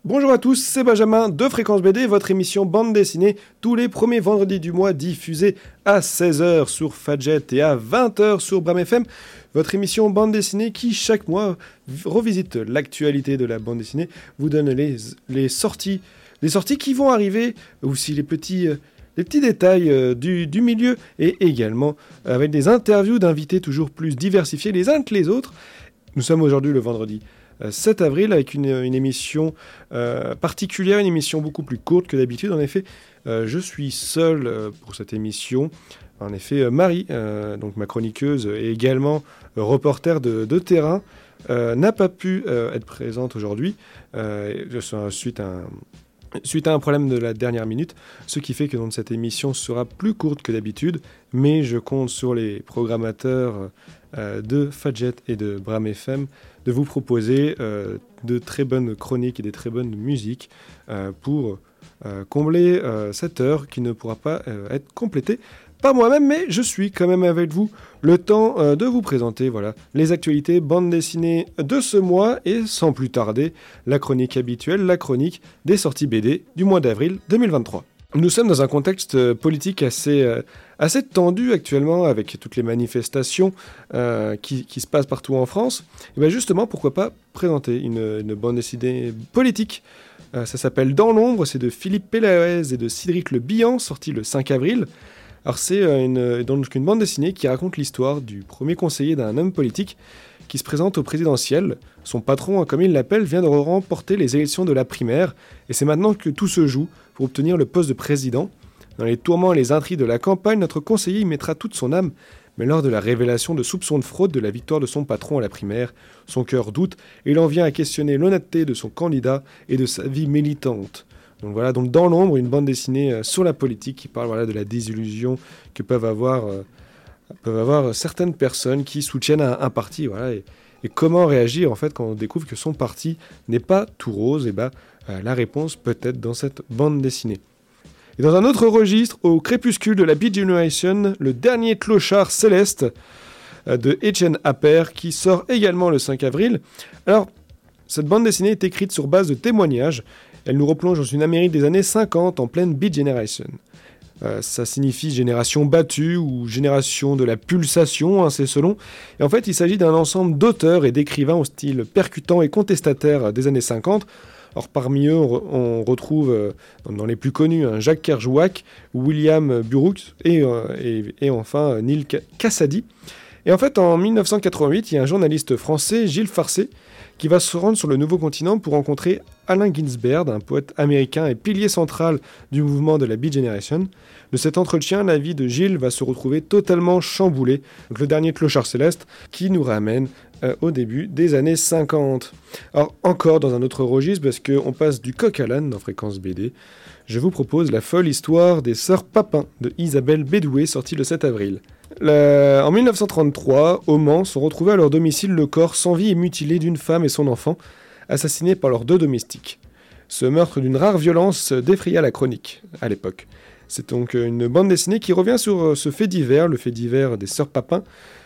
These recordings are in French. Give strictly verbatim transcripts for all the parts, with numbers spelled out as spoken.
Bonjour à tous, c'est Benjamin de Fréquence B D, votre émission bande dessinée tous les premiers vendredis du mois, diffusée à seize heures sur Fadjet et à vingt heures sur Bram F M. Votre émission bande dessinée qui, chaque mois, revisite l'actualité de la bande dessinée, vous donne les, les, sorties, les sorties qui vont arriver, aussi les petits, les petits détails euh, du, du milieu, et également avec des interviews d'invités toujours plus diversifiés les uns que les autres. Nous sommes aujourd'hui le vendredi sept avril avec une, une émission euh, particulière, une émission beaucoup plus courte que d'habitude. En effet, euh, je suis seul euh, pour cette émission. En effet, euh, Marie, euh, donc ma chroniqueuse et également euh, reporter de, de terrain, euh, n'a pas pu euh, être présente aujourd'hui euh, suite à un... Suite à un problème de la dernière minute, ce qui fait que donc, cette émission sera plus courte que d'habitude, mais je compte sur les programmateurs euh, de Fadjet et de Bram F M de vous proposer euh, de très bonnes chroniques et des très bonnes musiques euh, pour euh, combler euh, cette heure qui ne pourra pas euh, être complétée par moi-même, mais je suis quand même avec vous le temps euh, de vous présenter voilà, les actualités bande dessinée de ce mois et sans plus tarder, la chronique habituelle, la chronique des sorties B D du mois d'avril deux mille vingt-trois. Nous sommes dans un contexte politique assez, euh, assez tendu actuellement avec toutes les manifestations euh, qui, qui se passent partout en France. Et bien justement, pourquoi pas présenter une, une bande dessinée politique. Euh, ça s'appelle Dans l'ombre, c'est de Philippe Pélaez et de Cédric Le Bihan, sorti le cinq avril. Alors c'est une, donc une bande dessinée qui raconte l'histoire du premier conseiller d'un homme politique qui se présente au présidentiel. Son patron, comme il l'appelle, vient de remporter les élections de la primaire et c'est maintenant que tout se joue pour obtenir le poste de président. Dans les tourments et les intrigues de la campagne, notre conseiller y mettra toute son âme, mais lors de la révélation de soupçons de fraude de la victoire de son patron à la primaire, son cœur doute et il en vient à questionner l'honnêteté de son candidat et de sa vie militante. Donc voilà, donc Dans l'ombre, une bande dessinée euh, sur la politique qui parle voilà, de la désillusion que peuvent avoir, euh, peuvent avoir certaines personnes qui soutiennent un, un parti. Voilà, et, et comment réagir en fait quand on découvre que son parti n'est pas tout rose. Et ben, euh, la réponse peut être dans cette bande dessinée. Et dans un autre registre, au crépuscule de la Beat Generation, le dernier clochard céleste euh, de Etienne Appert qui sort également le cinq avril. Alors, cette bande dessinée est écrite sur base de témoignages. Elle nous replonge dans une Amérique des années cinquante en pleine Beat Generation. Euh, ça signifie génération battue ou génération de la pulsation, hein, c'est selon. Et en fait, il s'agit d'un ensemble d'auteurs et d'écrivains au style percutant et contestataire des années cinquante. Alors parmi eux, on, re- on retrouve, euh, dans les plus connus, hein, Jacques Kerouac, William Burroughs et, euh, et, et enfin euh, Neil Cassady. Et en fait, en dix-neuf cent quatre-vingt-huit, il y a un journaliste français, Gilles Farcé, qui va se rendre sur le nouveau continent pour rencontrer Allen Ginsberg, un poète américain et pilier central du mouvement de la Beat Generation. De cet entretien, la vie de Gilles va se retrouver totalement chamboulée. Donc le dernier clochard céleste qui nous ramène euh, au début des années cinquante. Alors encore dans un autre registre, parce qu'on passe du coq à l'âne dans Fréquence B D, je vous propose la folle histoire des sœurs Papin de Isabelle Bédoué, sortie le sept avril. La... En dix-neuf cent trente-trois, au Mans, sont retrouvés à leur domicile le corps sans vie et mutilé d'une femme et son enfant, assassinés par leurs deux domestiques. Ce meurtre d'une rare violence défraya la chronique, à l'époque. C'est donc une bande dessinée qui revient sur ce fait divers, le fait divers des sœurs Papin,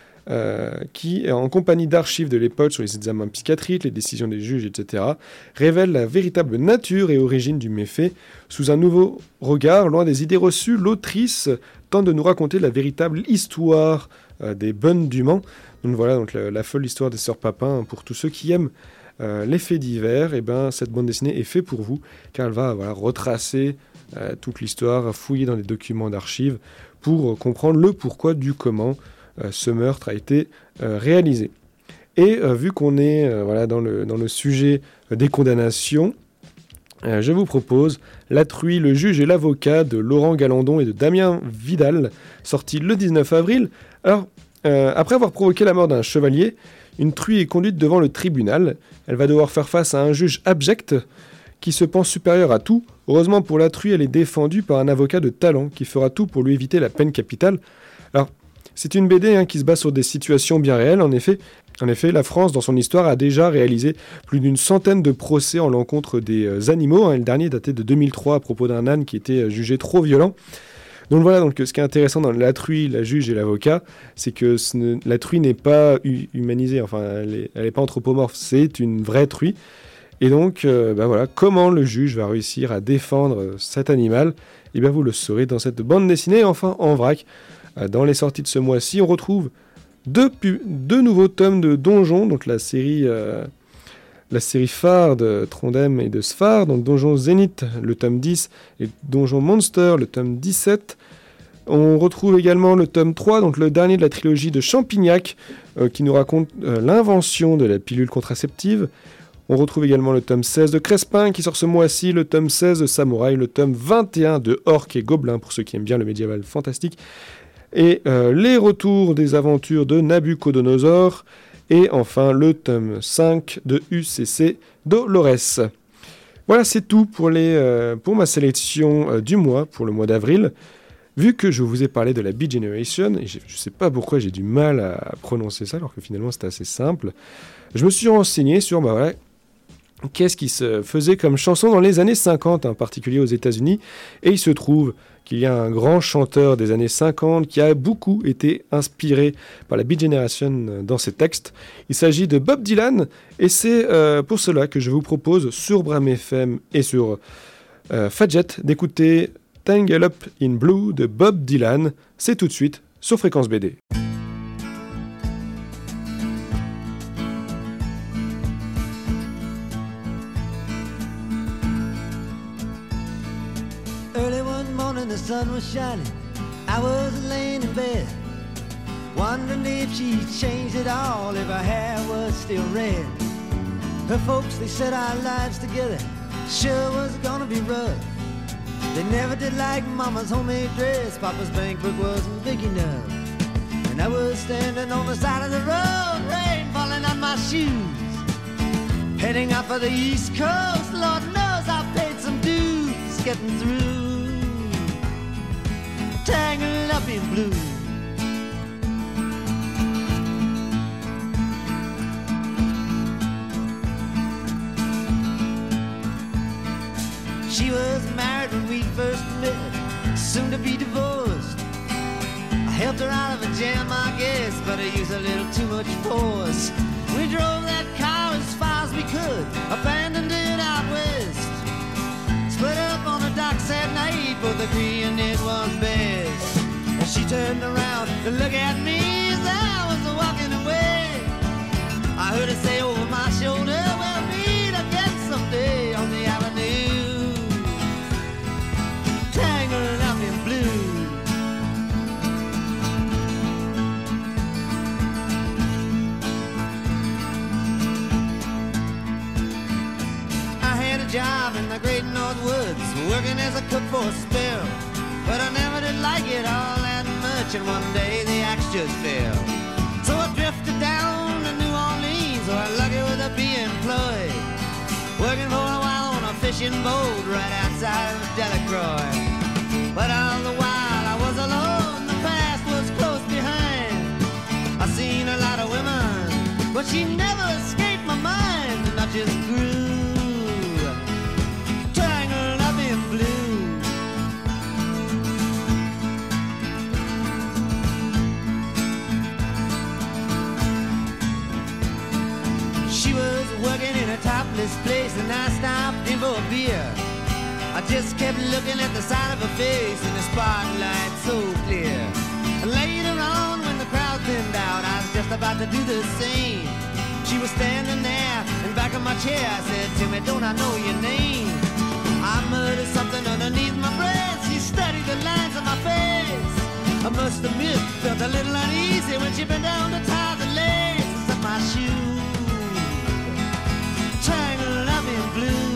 euh, qui, en compagnie d'archives de l'époque sur les examens psychiatriques, les décisions des juges, et cetera, révèle la véritable nature et origine du méfait. Sous un nouveau regard, loin des idées reçues, l'autrice tente de nous raconter la véritable histoire euh, des bonnes du Mans. Donc voilà, donc la, la folle histoire des sœurs Papin, pour tous ceux qui aiment euh, les faits divers, et ben cette bande dessinée est faite pour vous, car elle va voilà, retracer euh, toute l'histoire, fouiller dans les documents d'archives pour euh, comprendre le pourquoi du comment euh, ce meurtre a été euh, réalisé. Et euh, vu qu'on est euh, voilà, dans, le, dans le sujet euh, des condamnations, euh, je vous propose La truie, le juge et l'avocat de Laurent Galandon et de Damien Vidal, sorti le dix-neuf avril. Alors, euh, après avoir provoqué la mort d'un chevalier, une truie est conduite devant le tribunal. Elle va devoir faire face à un juge abject qui se pense supérieur à tout. Heureusement pour la truie, elle est défendue par un avocat de talent qui fera tout pour lui éviter la peine capitale. Alors, c'est une B D hein, qui se base sur des situations bien réelles, en effet. En effet, la France, dans son histoire, a déjà réalisé plus d'une centaine de procès en l'encontre des euh, animaux. Hein. Le dernier datait de deux mille trois à propos d'un âne qui était euh, jugé trop violent. Donc voilà, donc, ce qui est intéressant dans la truie, la juge et l'avocat, c'est que ce ne, la truie n'est pas hu- humanisée, enfin, elle n'est pas anthropomorphe, c'est une vraie truie. Et donc, euh, bah voilà, comment le juge va réussir à défendre cet animal, et bien vous le saurez dans cette bande dessinée. Enfin, en vrac, euh, dans les sorties de ce mois-ci, on retrouve deux, pu- deux nouveaux tomes de Donjon, donc la série, euh, la série phare de Trondheim et de Sfar, donc Donjon Zénith, le tome dix, et Donjon Monster, le tome dix-sept. On retrouve également le tome trois, donc le dernier de la trilogie de Champignac, euh, qui nous raconte euh, l'invention de la pilule contraceptive. On retrouve également le tome seize de Crespin qui sort ce mois-ci, le tome seize de Samouraï, le tome vingt et un de Orc et Gobelin pour ceux qui aiment bien le médiéval fantastique, et euh, les retours des aventures de Nabucodonosor, et enfin le tome cinq de U C C Dolores. Voilà, c'est tout pour, les, euh, pour ma sélection euh, du mois, pour le mois d'avril. Vu que je vous ai parlé de la Beat Generation, et je ne sais pas pourquoi j'ai du mal à prononcer ça, alors que finalement c'était assez simple, je me suis renseigné sur bah, voilà, qu'est-ce qui se faisait comme chanson dans les années cinquante, en particulier aux États-Unis, et il se trouve qu'il y a un grand chanteur des années cinquante qui a beaucoup été inspiré par la Beat Generation dans ses textes. Il s'agit de Bob Dylan, et c'est euh, pour cela que je vous propose sur Bram F M et sur euh, Fadjet d'écouter Tangle Up in Blue de Bob Dylan. C'est tout de suite sur Fréquence B D. Early one morning the sun was shining, I was laying in bed, wondering if she'd changed it all, if her hair was still red. Her folks, they said our lives together sure was gonna be rough. They never did like Mama's homemade dress, Papa's bank book wasn't big enough. And I was standing on the side of the road, rain falling on my shoes, heading out for the East Coast. Lord knows I paid some dues getting through, tangled up in blue. She was married when we first met, soon to be divorced. I helped her out of a jam, I guess, but I used a little too much force. We drove that car as far as we could, abandoned it out west. Split up on the docks at night, both agreeing it was best. And she turned around to look at me as I was walking away. I heard her say over my shoulder, we'll meet again someday on the avenue, tangled up in blue. I had a job in the great North Woods, working as a cook for a spell, but I never did like it all that much, and one day the axe just fell. So I drifted down to New Orleans, where I'm lucky with a be employed, working for a while on a fishing boat right outside of Delacroix. But all the while I was alone, the past was close behind. I seen a lot of women, but she never escaped my mind, and I just grew tangled up in blue. She was working in a topless place, and I stopped in for a beer. I just kept looking at the side of her face in the spotlight so clear. And later on, when the crowd thinned out, I was just about to do the same. She was standing there in back of my chair. I said, Timmy, don't I know your name? I muttered something underneath my breath. She studied the lines on my face. I must admit, felt a little uneasy when she bent down to tie the laces of my shoes, tangled up in blue.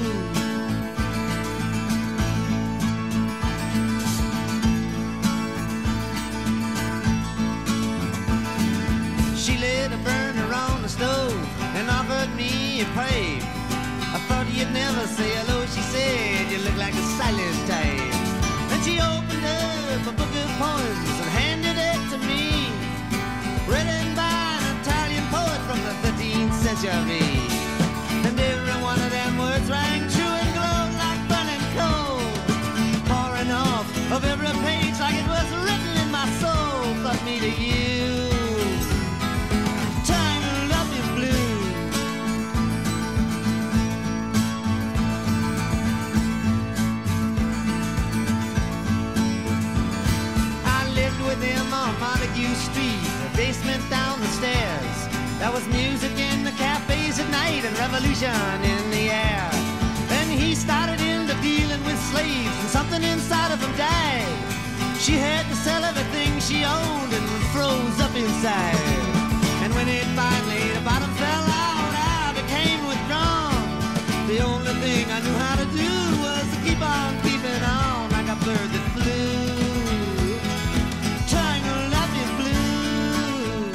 She lit a burner on the stove and offered me a pipe. I thought you'd never say hello, she said, you look like a silent type. And she opened up a book of poems and handed it to me, written by an Italian poet from the thirteenth century. And every one of them words rang true and glowed like burning coal, pouring off of every page like it was written in my soul. Thought me to you, tangled up in blue. the street, a basement down the stairs. There was music in the cafes at night and revolution in the air. Then he started into dealing with slaves and something inside of him died. She had to sell everything she owned and froze up inside. And when it finally, the bottom fell out, I became withdrawn. The only thing I knew how to do was to keep on keeping on like a bird that flew. Tangled up in blue.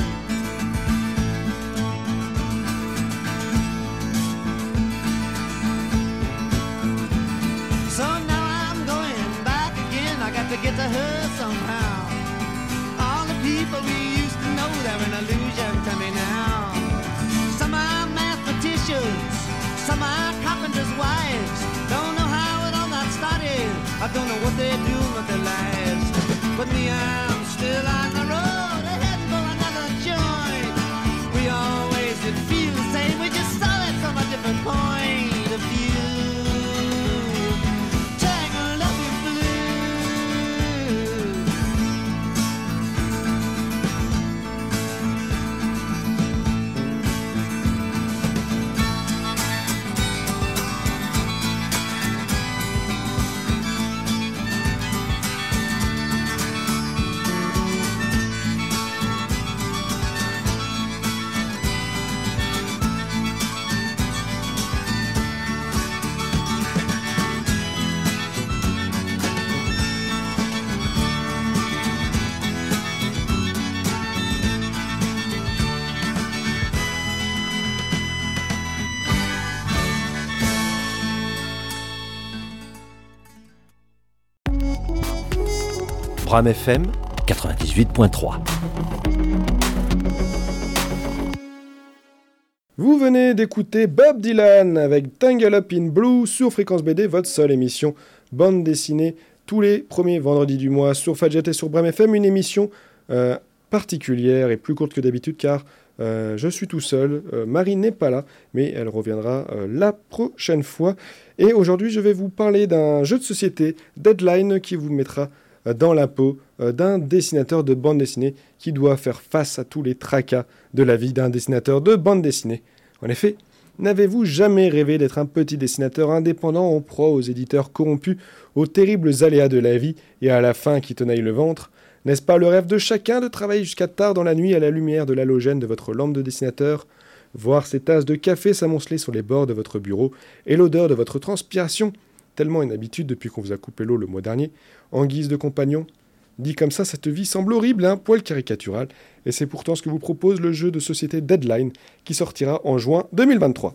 So now I'm going back again. I got to get to her somehow. All the people we used to know, they're an illusion to me now. Some are mathematicians, some are carpenters' wives. Don't know how it all got started, I don't know what they're doing with their lives. But me, I'm still on the road, heading for another joint. We always did feel the same, we just saw it from a different point of view. Tangled up in blue. Bram F M quatre-vingt-dix-huit point trois. Vous venez d'écouter Bob Dylan avec Tangle Up in Blue sur Fréquence B D, votre seule émission bande dessinée tous les premiers vendredis du mois sur Fadjet et sur Bram F M, une émission euh, particulière et plus courte que d'habitude car euh, je suis tout seul, euh, Marie n'est pas là, mais elle reviendra euh, la prochaine fois. Et aujourd'hui je vais vous parler d'un jeu de société, Deadline, qui vous mettra dans la peau euh, d'un dessinateur de bande dessinée qui doit faire face à tous les tracas de la vie d'un dessinateur de bande dessinée. En effet, n'avez-vous jamais rêvé d'être un petit dessinateur indépendant en proie aux éditeurs corrompus, aux terribles aléas de la vie et à la faim qui tenaille le ventre ? N'est-ce pas le rêve de chacun de travailler jusqu'à tard dans la nuit à la lumière de l'halogène de votre lampe de dessinateur ? Voir ces tasses de café s'amonceler sur les bords de votre bureau et l'odeur de votre transpiration, tellement une habitude depuis qu'on vous a coupé l'eau le mois dernier, en guise de compagnon. Dit comme ça, cette vie semble horrible et un poil caricatural, et c'est pourtant ce que vous propose le jeu de société Deadline, qui sortira en juin deux mille vingt-trois.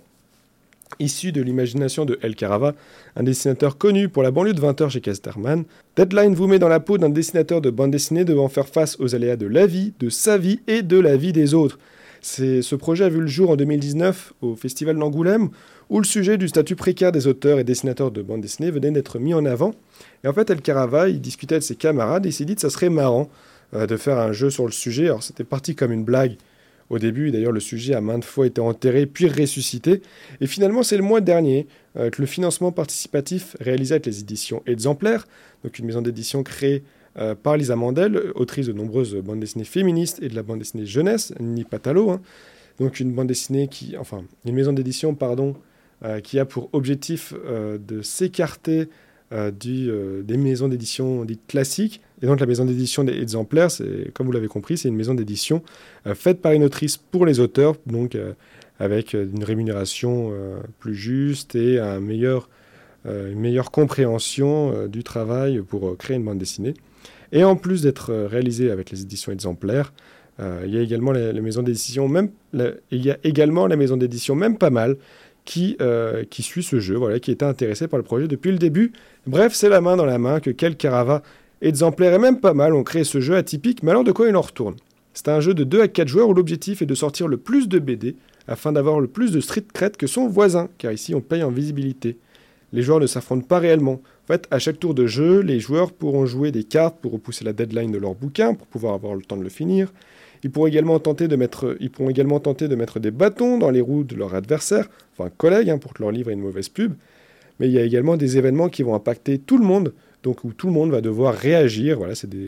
Issu de l'imagination de El Carava, un dessinateur connu pour la banlieue de vingt heures chez Casterman, Deadline vous met dans la peau d'un dessinateur de bande dessinée devant faire face aux aléas de la vie, de sa vie et de la vie des autres. C'est, ce projet a vu le jour en deux mille dix-neuf au Festival d'Angoulême, où le sujet du statut précaire des auteurs et dessinateurs de bande dessinée venait d'être mis en avant. Et en fait, El Carava, il discutait avec ses camarades et il s'est dit que ça serait marrant euh, de faire un jeu sur le sujet. Alors c'était parti comme une blague au début, et d'ailleurs le sujet a maintes fois été enterré puis ressuscité. Et finalement, c'est le mois dernier euh, que le financement participatif réalisé avec les éditions Exemplaires, donc une maison d'édition créée Euh, par Lisa Mandel, autrice de nombreuses bandes dessinées féministes et de la bande dessinée jeunesse, Nini Patalo, hein. Donc une bande dessinée qui, enfin, une maison d'édition, pardon, euh, qui a pour objectif euh, de s'écarter euh, du, euh, des maisons d'édition dites classiques. Et donc la maison d'édition des Exemplaires, c'est, comme vous l'avez compris, c'est une maison d'édition euh, faite par une autrice pour les auteurs, donc euh, avec une rémunération euh, plus juste et un meilleur, euh, une meilleure compréhension euh, du travail pour euh, créer une bande dessinée. Et en plus d'être réalisé avec les éditions Exemplaires, euh, il y a également la, la maison d'édition même, la, il y a également la maison d'édition Même Pas Mal qui, euh, qui suit ce jeu, voilà, qui était intéressé par le projet depuis le début. Bref, c'est la main dans la main que Quel Carava, Exemplaires et Même Pas Mal ont créé ce jeu atypique, mais alors de quoi il en retourne ? C'est un jeu de deux à quatre joueurs où l'objectif est de sortir le plus de B D afin d'avoir le plus de street cred que son voisin, car ici on paye en visibilité. Les joueurs ne s'affrontent pas réellement. En fait, à chaque tour de jeu, les joueurs pourront jouer des cartes pour repousser la deadline de leur bouquin, pour pouvoir avoir le temps de le finir. Ils pourront également tenter de mettre, ils pourront également tenter de mettre des bâtons dans les roues de leur adversaire, enfin collègue, hein, pour que leur livre ait une mauvaise pub. Mais il y a également des événements qui vont impacter tout le monde, donc où tout le monde va devoir réagir. Voilà, c'est des,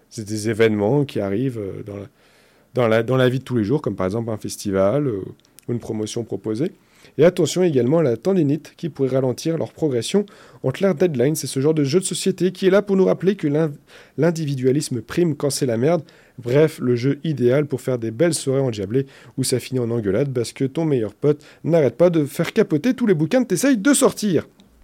c'est des événements qui arrivent euh, dans, la, dans, la, dans la vie de tous les jours, comme par exemple un festival euh, ou une promotion proposée. Et attention également à la tendinite qui pourrait ralentir leur progression entre leurs deadlines. C'est ce genre de jeu de société qui est là pour nous rappeler que l'individualisme prime quand c'est la merde. Bref, le jeu idéal pour faire des belles soirées endiablées où ça finit en engueulade parce que ton meilleur pote n'arrête pas de faire capoter tous les bouquins que t'essayes de sortir.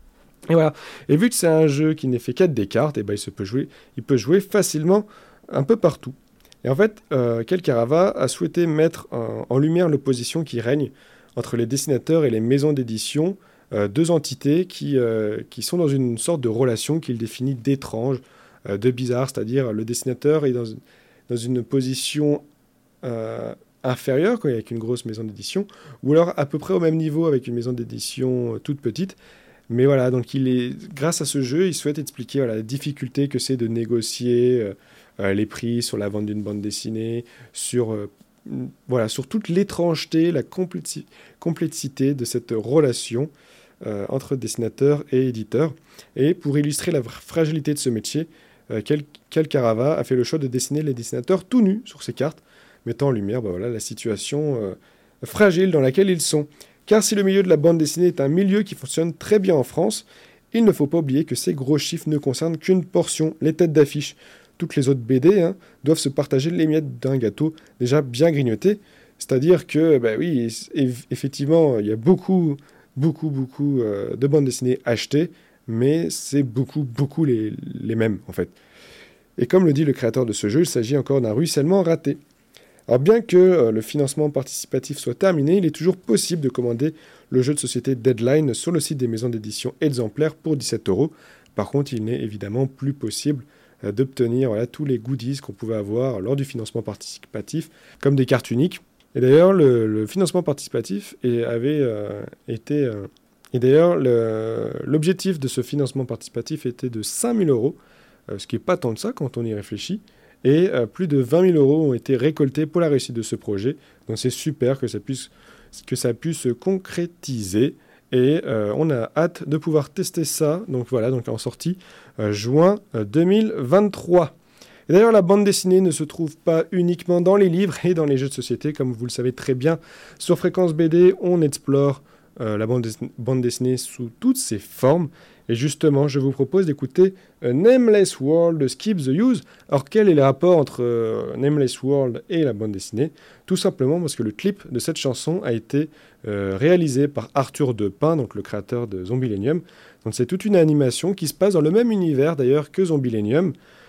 Et voilà. Et vu que c'est un jeu qui n'est fait qu'à des cartes, et ben il, se peut jouer, il peut jouer facilement un peu partout. Et en fait, euh, Kel Karava a souhaité mettre en, en lumière l'opposition qui règne entre les dessinateurs et les maisons d'édition, euh, deux entités qui, euh, qui sont dans une sorte de relation qu'il définit d'étrange, euh, de bizarre, c'est-à-dire le dessinateur est dans, dans une position euh, inférieure, quoi, avec une grosse maison d'édition, ou alors à peu près au même niveau avec une maison d'édition toute petite. Mais voilà, donc il est, grâce à ce jeu, il souhaite expliquer voilà, la difficulté que c'est de négocier euh, euh, les prix sur la vente d'une bande dessinée, sur... Euh, Voilà, sur toute l'étrangeté, la complexi- complexité de cette relation euh, entre dessinateur et éditeur. Et pour illustrer la fragilité de ce métier, euh, Kel, Kel Karava a fait le choix de dessiner les dessinateurs tout nus sur ses cartes, mettant en lumière bah, voilà, la situation euh, fragile dans laquelle ils sont. Car si le milieu de la bande dessinée est un milieu qui fonctionne très bien en France, il ne faut pas oublier que ces gros chiffres ne concernent qu'une portion, les têtes d'affiche. Toutes les autres B D hein, doivent se partager les miettes d'un gâteau déjà bien grignoté. C'est-à-dire que, bah oui, effectivement, il y a beaucoup, beaucoup, beaucoup euh, de bandes dessinées achetées, mais c'est beaucoup, beaucoup les, les mêmes, en fait. Et comme le dit le créateur de ce jeu, il s'agit encore d'un ruissellement raté. Alors bien que euh, le financement participatif soit terminé, il est toujours possible de commander le jeu de société Deadline sur le site des maisons d'édition exemplaires pour dix-sept euros. Par contre, il n'est évidemment plus possible d'obtenir voilà, tous les goodies qu'on pouvait avoir lors du financement participatif, comme des cartes uniques. Et d'ailleurs, le, le financement participatif est, avait euh, été... Euh, et d'ailleurs, le, l'objectif de ce financement participatif était de cinq mille euros, euh, ce qui n'est pas tant de ça quand on y réfléchit, et euh, plus de vingt mille euros ont été récoltés pour la réussite de ce projet. Donc c'est super que ça puisse, que ça puisse se concrétiser. Et euh, on a hâte de pouvoir tester ça. Donc voilà, donc en sortie euh, juin euh, deux mille vingt-trois. Et d'ailleurs, la bande dessinée ne se trouve pas uniquement dans les livres et dans les jeux de société. Comme vous le savez très bien, sur Fréquence B D, on explore euh, la bande, dessin- bande dessinée sous toutes ses formes. Et justement, je vous propose d'écouter euh, Nameless World de Skip the Use. Alors, quel est le rapport entre euh, Nameless World et la bande dessinée ? Tout simplement parce que le clip de cette chanson a été euh, réalisé par Arthur Depin, donc le créateur de Zombielenium. Donc, c'est toute une animation qui se passe dans le même univers d'ailleurs que Zombielenium.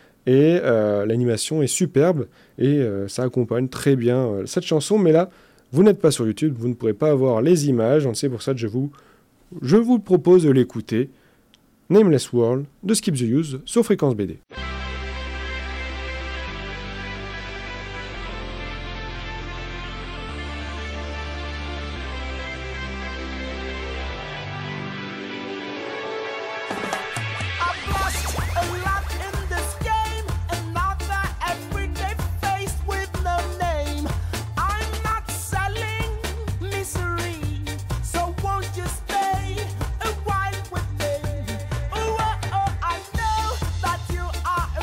Et euh, l'animation est superbe et euh, ça accompagne très bien euh, cette chanson. Mais là, vous n'êtes pas sur YouTube, vous ne pourrez pas avoir les images. Donc, c'est pour ça que je vous, je vous propose de l'écouter. Nameless World de Skip the Use sur Fréquence B D. Oh, I know that you are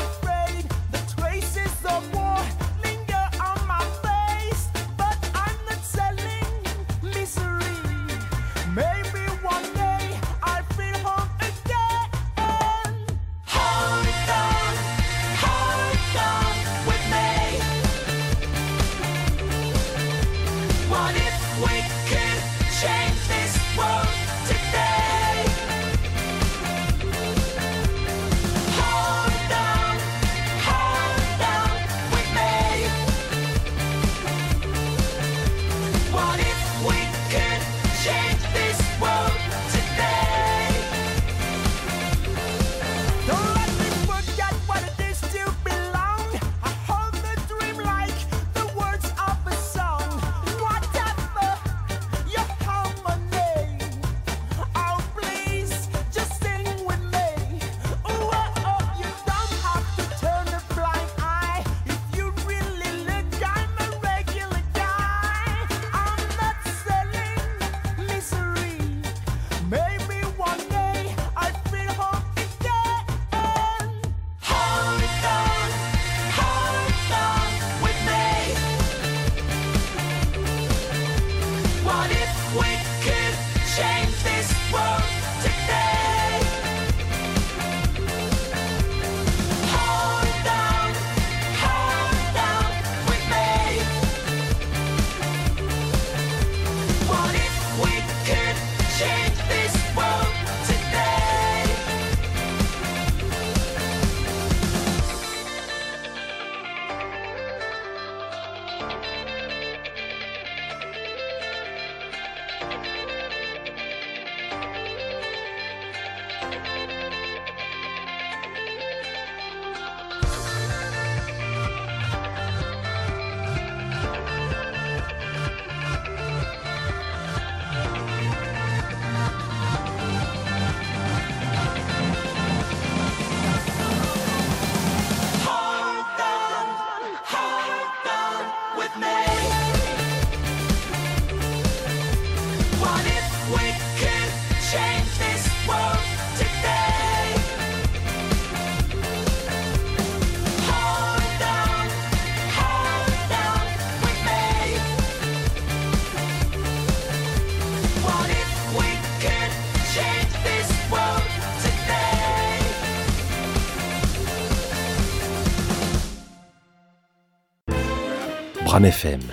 Bram F M.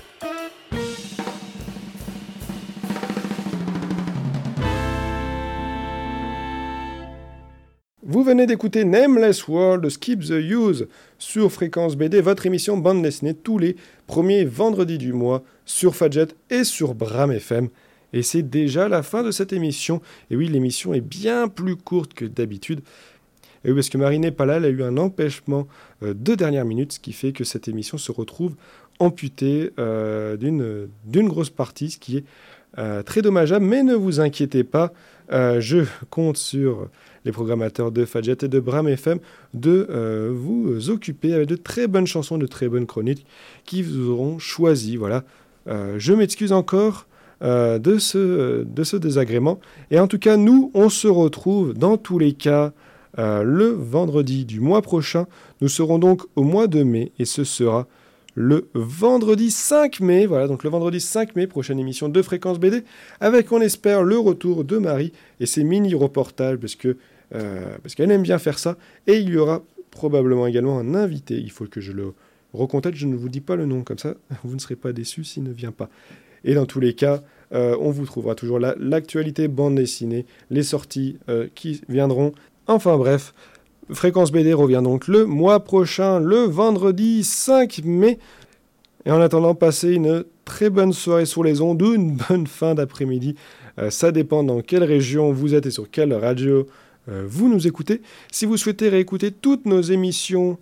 Vous venez d'écouter Nameless World de Skip the Use sur Fréquence B D, votre émission bande dessinée tous les premiers vendredis du mois sur Fadjet et sur Bram F M. Et c'est déjà la fin de cette émission. Et oui, l'émission est bien plus courte que d'habitude. Et oui, parce que Marie n'est pas là, elle a eu un empêchement euh, de dernière minute, ce qui fait que cette émission se retrouve amputée euh, d'une, d'une grosse partie, ce qui est euh, très dommageable. Mais ne vous inquiétez pas, euh, je compte sur les programmateurs de Fadjet et de Bram F M de euh, vous occuper avec de très bonnes chansons, de très bonnes chroniques qui vous auront choisi. Voilà. Euh, je m'excuse encore euh, de, ce, de ce désagrément. Et en tout cas, nous, on se retrouve dans tous les cas euh, le vendredi du mois prochain. Nous serons donc au mois de mai et ce sera le vendredi cinq mai. Voilà, donc le vendredi cinq mai, prochaine émission de Fréquence B D, avec, on espère, le retour de Marie et ses mini-reportages, parce que euh, parce qu'elle aime bien faire ça. Et il y aura probablement également un invité. Il faut que je le recontacte. Je ne vous dis pas le nom, comme ça, vous ne serez pas déçus s'il ne vient pas. Et dans tous les cas, euh, on vous trouvera toujours là l'actualité bande dessinée, les sorties euh, qui viendront. Enfin bref, Fréquence B D revient donc le mois prochain, le vendredi cinq mai. Et en attendant, passez une très bonne soirée sur les ondes ou une bonne fin d'après-midi. Euh, ça dépend dans quelle région vous êtes et sur quelle radio euh, vous nous écoutez. Si vous souhaitez réécouter toutes nos émissions,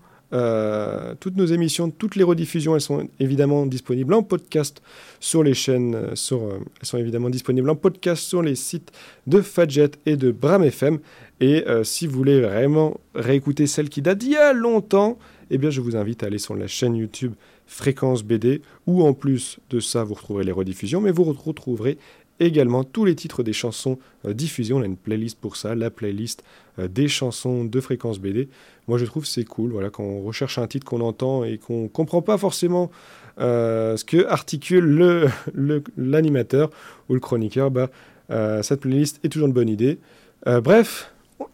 euh, toutes nos émissions, toutes les rediffusions, elles sont évidemment disponibles en podcast sur les chaînes, euh, sur, euh, elles sont évidemment disponibles en podcast sur les sites de Fadjet et de Bram F M. Et euh, si vous voulez vraiment réécouter celle qui date d'il y a longtemps, eh bien je vous invite à aller sur la chaîne YouTube Fréquence B D, où en plus de ça, vous retrouverez les rediffusions, mais vous retrouverez également tous les titres des chansons euh, diffusées. On a une playlist pour ça, la playlist euh, des chansons de Fréquence B D. Moi, je trouve que c'est cool, voilà, quand on recherche un titre qu'on entend et qu'on ne comprend pas forcément euh, ce que articule le, le, l'animateur ou le chroniqueur, bah, euh, cette playlist est toujours une bonne idée. Euh, bref,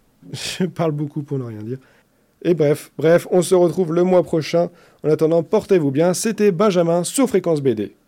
je parle beaucoup pour ne rien dire. Et bref, bref, on se retrouve le mois prochain. En attendant, portez-vous bien. C'était Benjamin sur Fréquence B D.